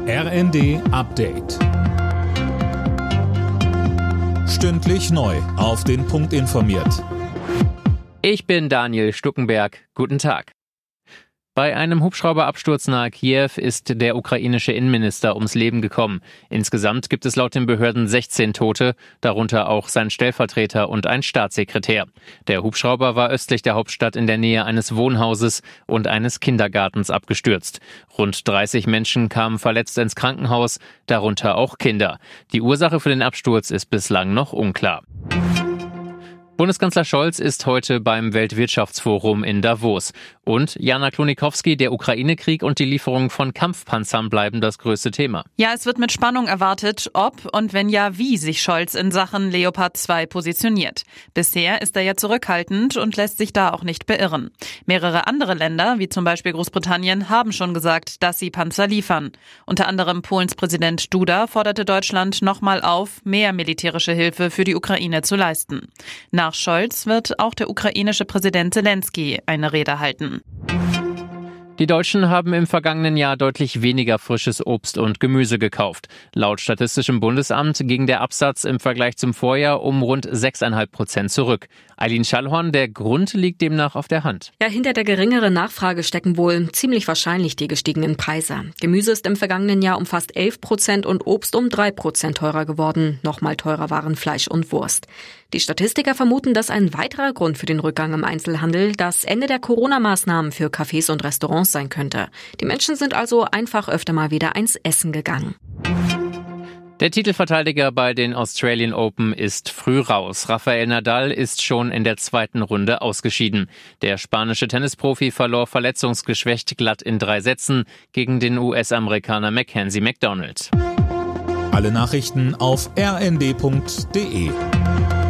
RND Update. Stündlich neu auf den Punkt informiert. Ich bin Daniel Stuckenberg. Guten Tag. Bei einem Hubschrauberabsturz nahe Kiew ist der ukrainische Innenminister ums Leben gekommen. Insgesamt gibt es laut den Behörden 16 Tote, darunter auch sein Stellvertreter und ein Staatssekretär. Der Hubschrauber war östlich der Hauptstadt in der Nähe eines Wohnhauses und eines Kindergartens abgestürzt. Rund 30 Menschen kamen verletzt ins Krankenhaus, darunter auch Kinder. Die Ursache für den Absturz ist bislang noch unklar. Bundeskanzler Scholz ist heute beim Weltwirtschaftsforum in Davos. Und Jana Klonikowski, der Ukraine-Krieg und die Lieferung von Kampfpanzern bleiben das größte Thema. Ja, es wird mit Spannung erwartet, ob und wenn ja, wie sich Scholz in Sachen Leopard 2 positioniert. Bisher ist er ja zurückhaltend und lässt sich da auch nicht beirren. Mehrere andere Länder, wie zum Beispiel Großbritannien, haben schon gesagt, dass sie Panzer liefern. Unter anderem Polens Präsident Duda forderte Deutschland nochmal auf, mehr militärische Hilfe für die Ukraine zu leisten. Nach Scholz wird auch der ukrainische Präsident Zelensky eine Rede halten. Die Deutschen haben im vergangenen Jahr deutlich weniger frisches Obst und Gemüse gekauft. Laut Statistischem Bundesamt ging der Absatz im Vergleich zum Vorjahr um rund 6,5% zurück. Eileen Schallhorn, der Grund liegt demnach auf der Hand. Ja, hinter der geringeren Nachfrage stecken wohl ziemlich wahrscheinlich die gestiegenen Preise. Gemüse ist im vergangenen Jahr um fast 11% und Obst um 3% teurer geworden. Nochmal teurer waren Fleisch und Wurst. Die Statistiker vermuten, dass ein weiterer Grund für den Rückgang im Einzelhandel das Ende der Corona-Maßnahmen für Cafés und Restaurants sein könnte. Die Menschen sind also einfach öfter mal wieder eins essen gegangen. Der Titelverteidiger bei den Australian Open ist früh raus. Rafael Nadal ist schon in der zweiten Runde ausgeschieden. Der spanische Tennisprofi verlor verletzungsgeschwächt glatt in 3 Sätzen gegen den US-Amerikaner Mackenzie McDonald. Alle Nachrichten auf rnd.de.